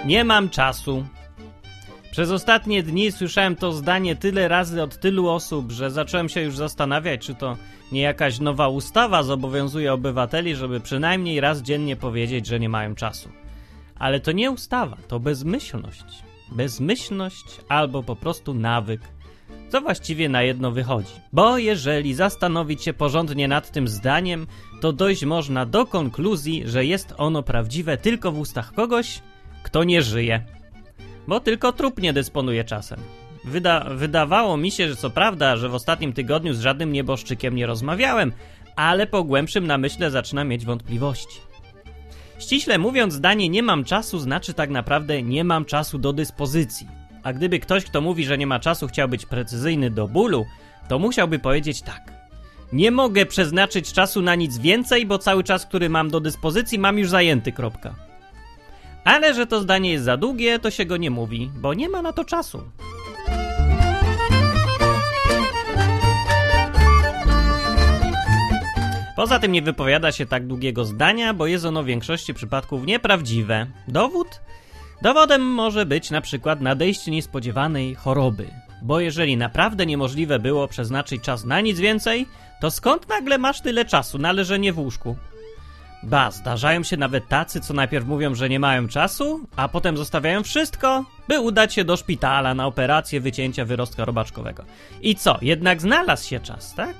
Nie mam czasu. Przez ostatnie dni słyszałem to zdanie tyle razy od tylu osób, że zacząłem się już zastanawiać, czy to nie jakaś nowa ustawa zobowiązuje obywateli, żeby przynajmniej raz dziennie powiedzieć, że nie mają czasu. Ale to nie ustawa, to bezmyślność. Bezmyślność albo po prostu nawyk. Co właściwie na jedno wychodzi. Bo jeżeli zastanowić się porządnie nad tym zdaniem, to dojść można do konkluzji, że jest ono prawdziwe tylko w ustach kogoś, kto nie żyje. Bo tylko trup nie dysponuje czasem. Wydawało mi się, że co prawda, że w ostatnim tygodniu z żadnym nieboszczykiem nie rozmawiałem, ale po głębszym namyśle zaczynam mieć wątpliwości. Ściśle mówiąc, zdanie nie mam czasu znaczy tak naprawdę nie mam czasu do dyspozycji. A gdyby ktoś, kto mówi, że nie ma czasu, chciał być precyzyjny do bólu, to musiałby powiedzieć tak. Nie mogę przeznaczyć czasu na nic więcej, bo cały czas, który mam do dyspozycji, mam już zajęty, kropka. Ale że to zdanie jest za długie, to się go nie mówi, bo nie ma na to czasu. Poza tym nie wypowiada się tak długiego zdania, bo jest ono w większości przypadków nieprawdziwe. Dowód? Dowodem może być na przykład nadejście niespodziewanej choroby. Bo jeżeli naprawdę niemożliwe było przeznaczyć czas na nic więcej, to skąd nagle masz tyle czasu na leżenie w łóżku? Ba, zdarzają się nawet tacy, co najpierw mówią, że nie mają czasu, a potem zostawiają wszystko, by udać się do szpitala na operację wycięcia wyrostka robaczkowego. I co, jednak znalazł się czas, tak?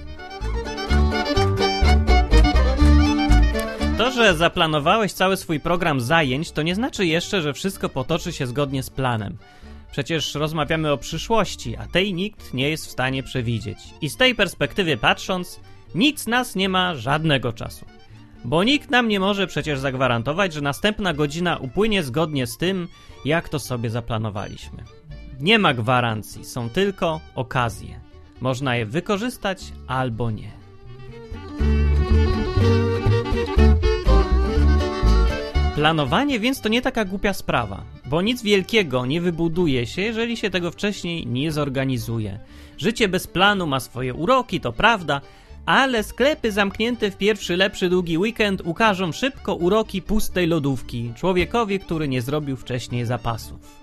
To, że zaplanowałeś cały swój program zajęć, to nie znaczy jeszcze, że wszystko potoczy się zgodnie z planem. Przecież rozmawiamy o przyszłości, a tej nikt nie jest w stanie przewidzieć. I z tej perspektywy patrząc, nic z nas nie ma żadnego czasu. Bo nikt nam nie może przecież zagwarantować, że następna godzina upłynie zgodnie z tym, jak to sobie zaplanowaliśmy. Nie ma gwarancji, są tylko okazje. Można je wykorzystać albo nie. Planowanie więc to nie taka głupia sprawa, bo nic wielkiego nie wybuduje się, jeżeli się tego wcześniej nie zorganizuje. Życie bez planu ma swoje uroki, to prawda, ale sklepy zamknięte w pierwszy lepszy długi weekend ukażą szybko uroki pustej lodówki człowiekowi, który nie zrobił wcześniej zapasów.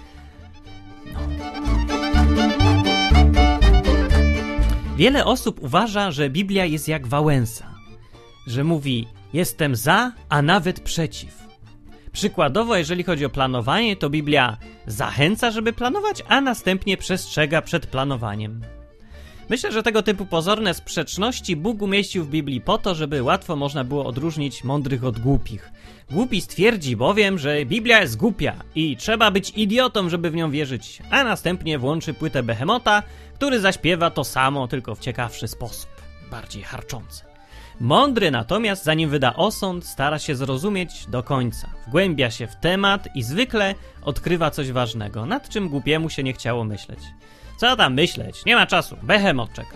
Wiele osób uważa, że Biblia jest jak Wałęsa, że mówi jestem za, a nawet przeciw. Przykładowo, jeżeli chodzi o planowanie, to Biblia zachęca, żeby planować, a następnie przestrzega przed planowaniem. Myślę, że tego typu pozorne sprzeczności Bóg umieścił w Biblii po to, żeby łatwo można było odróżnić mądrych od głupich. Głupi stwierdzi bowiem, że Biblia jest głupia i trzeba być idiotą, żeby w nią wierzyć, a następnie włączy płytę Behemota, który zaśpiewa to samo, tylko w ciekawszy sposób, bardziej harczący. Mądry natomiast, zanim wyda osąd, stara się zrozumieć do końca. Wgłębia się w temat i zwykle odkrywa coś ważnego, nad czym głupiemu się nie chciało myśleć. Co tam myśleć? Nie ma czasu. Behemot czeka.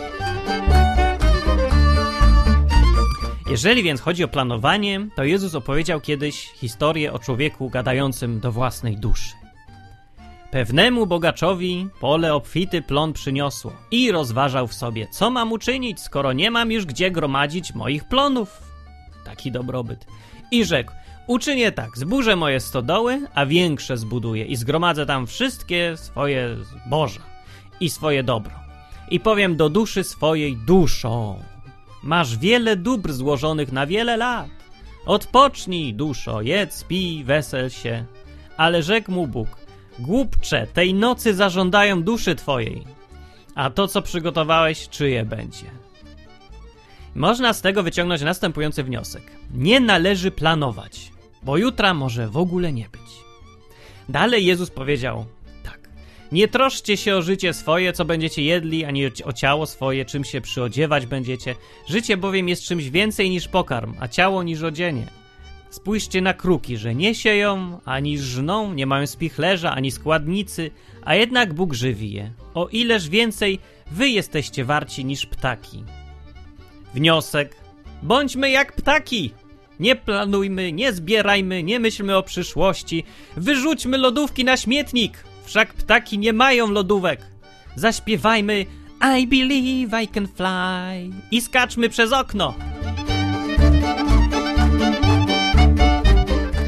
Jeżeli więc chodzi o planowanie, to Jezus opowiedział kiedyś historię o człowieku gadającym do własnej duszy. Pewnemu bogaczowi pole obfity plon przyniosło i rozważał w sobie, co mam uczynić, skoro nie mam już gdzie gromadzić moich plonów. Taki dobrobyt. I rzekł, uczynię tak, zburzę moje stodoły, a większe zbuduję i zgromadzę tam wszystkie swoje zboża i swoje dobro. I powiem do duszy swojej, duszo, masz wiele dóbr złożonych na wiele lat. Odpocznij, duszo, jedz, pij, wesel się. Ale rzekł mu Bóg, głupcze, tej nocy zażądają duszy twojej, a to, co przygotowałeś, czyje będzie? Można z tego wyciągnąć następujący wniosek. Nie należy planować, bo jutra może w ogóle nie być. Dalej Jezus powiedział tak. Nie troszczcie się o życie swoje, co będziecie jedli, ani o ciało swoje, czym się przyodziewać będziecie. Życie bowiem jest czymś więcej niż pokarm, a ciało niż odzienie. Spójrzcie na kruki, że nie sieją, ani żną, nie mają spichlerza, ani składnicy, a jednak Bóg żywi je. O ileż więcej wy jesteście warci niż ptaki. Wniosek. Bądźmy jak ptaki. Nie planujmy, nie zbierajmy, nie myślmy o przyszłości. Wyrzućmy lodówki na śmietnik. Wszak ptaki nie mają lodówek. Zaśpiewajmy I believe I can fly i skaczmy przez okno.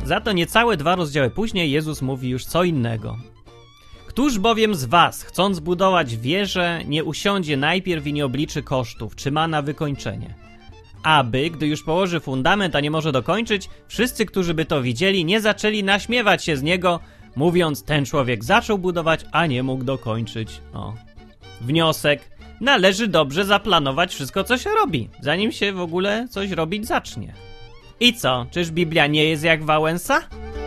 Za to niecałe 2 rozdziały później Jezus mówi już co innego. Któż bowiem z was, chcąc budować wieżę, nie usiądzie najpierw i nie obliczy kosztów, czy ma na wykończenie? Aby, gdy już położy fundament, a nie może dokończyć, wszyscy, którzy by to widzieli, nie zaczęli naśmiewać się z niego, mówiąc, ten człowiek zaczął budować, a nie mógł dokończyć. Wniosek. Należy dobrze zaplanować wszystko, co się robi, zanim się w ogóle coś robić zacznie. I co, czyż Biblia nie jest jak Wałęsa?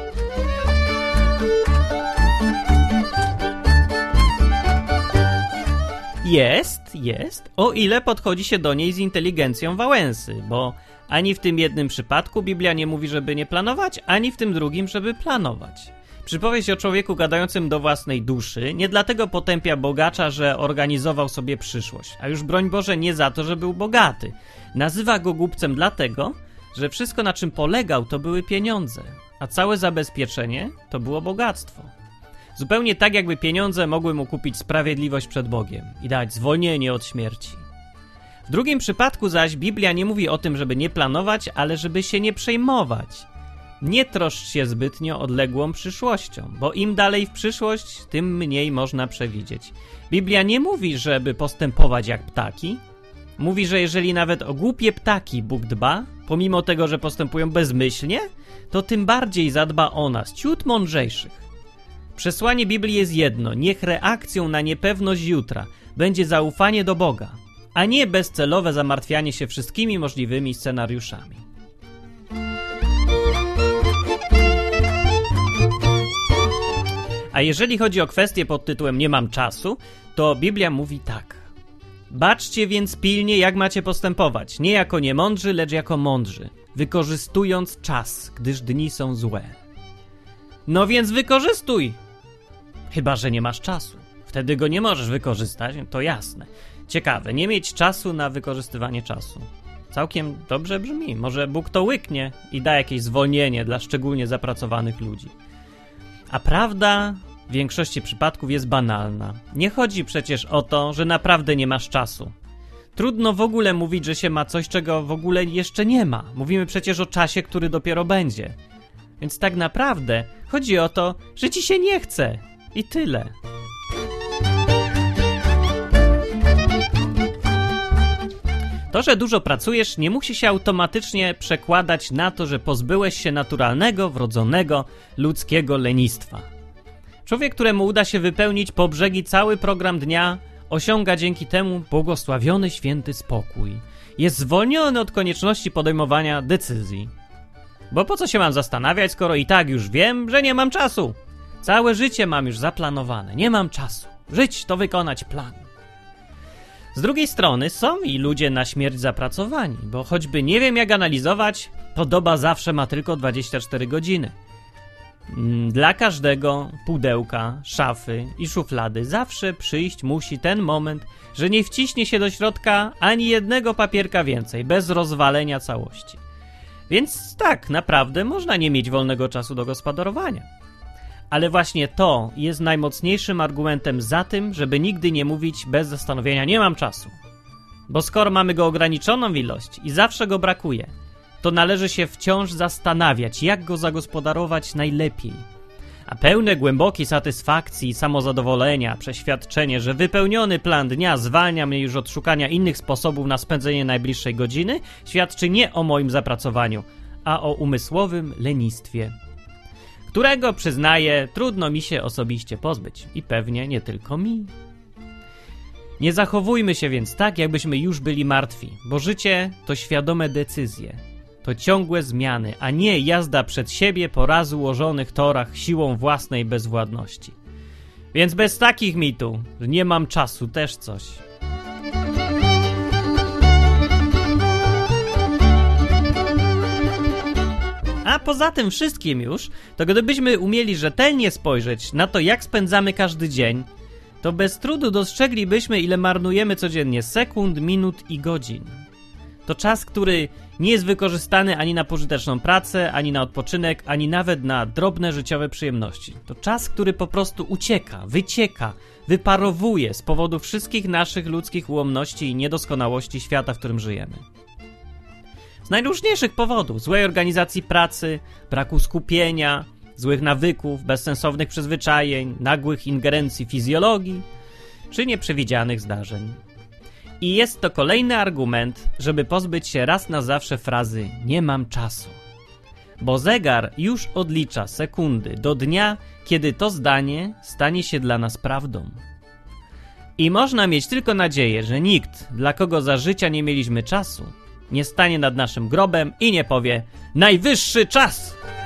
Jest, o ile podchodzi się do niej z inteligencją Wałęsy, bo ani w tym jednym przypadku Biblia nie mówi, żeby nie planować, ani w tym drugim, żeby planować. Przypowieść o człowieku gadającym do własnej duszy nie dlatego potępia bogacza, że organizował sobie przyszłość, a już broń Boże nie za to, że był bogaty. Nazywa go głupcem dlatego, że wszystko na czym polegał to były pieniądze, a całe zabezpieczenie to było bogactwo. Zupełnie tak, jakby pieniądze mogły mu kupić sprawiedliwość przed Bogiem i dać zwolnienie od śmierci. W drugim przypadku zaś Biblia nie mówi o tym, żeby nie planować, ale żeby się nie przejmować. Nie troszcz się zbytnio odległą przyszłością, bo im dalej w przyszłość, tym mniej można przewidzieć. Biblia nie mówi, żeby postępować jak ptaki. Mówi, że jeżeli nawet o głupie ptaki Bóg dba, pomimo tego, że postępują bezmyślnie, to tym bardziej zadba o nas, ciut mądrzejszych. Przesłanie Biblii jest jedno, niech reakcją na niepewność jutra będzie zaufanie do Boga, a nie bezcelowe zamartwianie się wszystkimi możliwymi scenariuszami. A jeżeli chodzi o kwestię pod tytułem nie mam czasu, to Biblia mówi tak. Baczcie więc pilnie, jak macie postępować, nie jako niemądrzy, lecz jako mądrzy, wykorzystując czas, gdyż dni są złe. No więc wykorzystuj! Chyba że nie masz czasu. Wtedy go nie możesz wykorzystać, to jasne. Ciekawe, nie mieć czasu na wykorzystywanie czasu. Całkiem dobrze brzmi. Może Bóg to łyknie i da jakieś zwolnienie dla szczególnie zapracowanych ludzi. A prawda w większości przypadków jest banalna. Nie chodzi przecież o to, że naprawdę nie masz czasu. Trudno w ogóle mówić, że się ma coś, czego w ogóle jeszcze nie ma. Mówimy przecież o czasie, który dopiero będzie. Więc tak naprawdę chodzi o to, że ci się nie chce. I tyle. To, że dużo pracujesz, nie musi się automatycznie przekładać na to, że pozbyłeś się naturalnego, wrodzonego, ludzkiego lenistwa. Człowiek, któremu uda się wypełnić po brzegi cały program dnia, osiąga dzięki temu błogosławiony święty spokój. Jest zwolniony od konieczności podejmowania decyzji. Bo po co się mam zastanawiać, skoro i tak już wiem, że nie mam czasu? Całe życie mam już zaplanowane, nie mam czasu. Żyć to wykonać plan. Z drugiej strony są i ludzie na śmierć zapracowani, bo choćby nie wiem jak analizować, to doba zawsze ma tylko 24 godziny. Dla każdego pudełka, szafy i szuflady zawsze przyjść musi ten moment, że nie wciśnie się do środka ani jednego papierka więcej, bez rozwalenia całości. Więc tak, naprawdę można nie mieć wolnego czasu do gospodarowania. Ale właśnie to jest najmocniejszym argumentem za tym, żeby nigdy nie mówić bez zastanowienia nie mam czasu. Bo skoro mamy go ograniczoną ilość i zawsze go brakuje, to należy się wciąż zastanawiać, jak go zagospodarować najlepiej. A pełne głębokiej satysfakcji i samozadowolenia przeświadczenie, że wypełniony plan dnia zwalnia mnie już od szukania innych sposobów na spędzenie najbliższej godziny, świadczy nie o moim zapracowaniu, a o umysłowym lenistwie, którego, przyznaję, trudno mi się osobiście pozbyć. I pewnie nie tylko mi. Nie zachowujmy się więc tak, jakbyśmy już byli martwi, bo życie to świadome decyzje. To ciągłe zmiany, a nie jazda przed siebie po raz ułożonych torach siłą własnej bezwładności. Więc bez takich mitów, że nie mam czasu, też coś. A poza tym wszystkim już, to gdybyśmy umieli rzetelnie spojrzeć na to, jak spędzamy każdy dzień, to bez trudu dostrzeglibyśmy, ile marnujemy codziennie sekund, minut i godzin. To czas, który nie jest wykorzystany ani na pożyteczną pracę, ani na odpoczynek, ani nawet na drobne życiowe przyjemności. To czas, który po prostu ucieka, wycieka, wyparowuje z powodu wszystkich naszych ludzkich ułomności i niedoskonałości świata, w którym żyjemy. Z najróżniejszych powodów. Złej organizacji pracy, braku skupienia, złych nawyków, bezsensownych przyzwyczajeń, nagłych ingerencji fizjologii czy nieprzewidzianych zdarzeń. I jest to kolejny argument, żeby pozbyć się raz na zawsze frazy „nie mam czasu”. Bo zegar już odlicza sekundy do dnia, kiedy to zdanie stanie się dla nas prawdą. I można mieć tylko nadzieję, że nikt, dla kogo za życia nie mieliśmy czasu, nie stanie nad naszym grobem i nie powie „najwyższy czas”.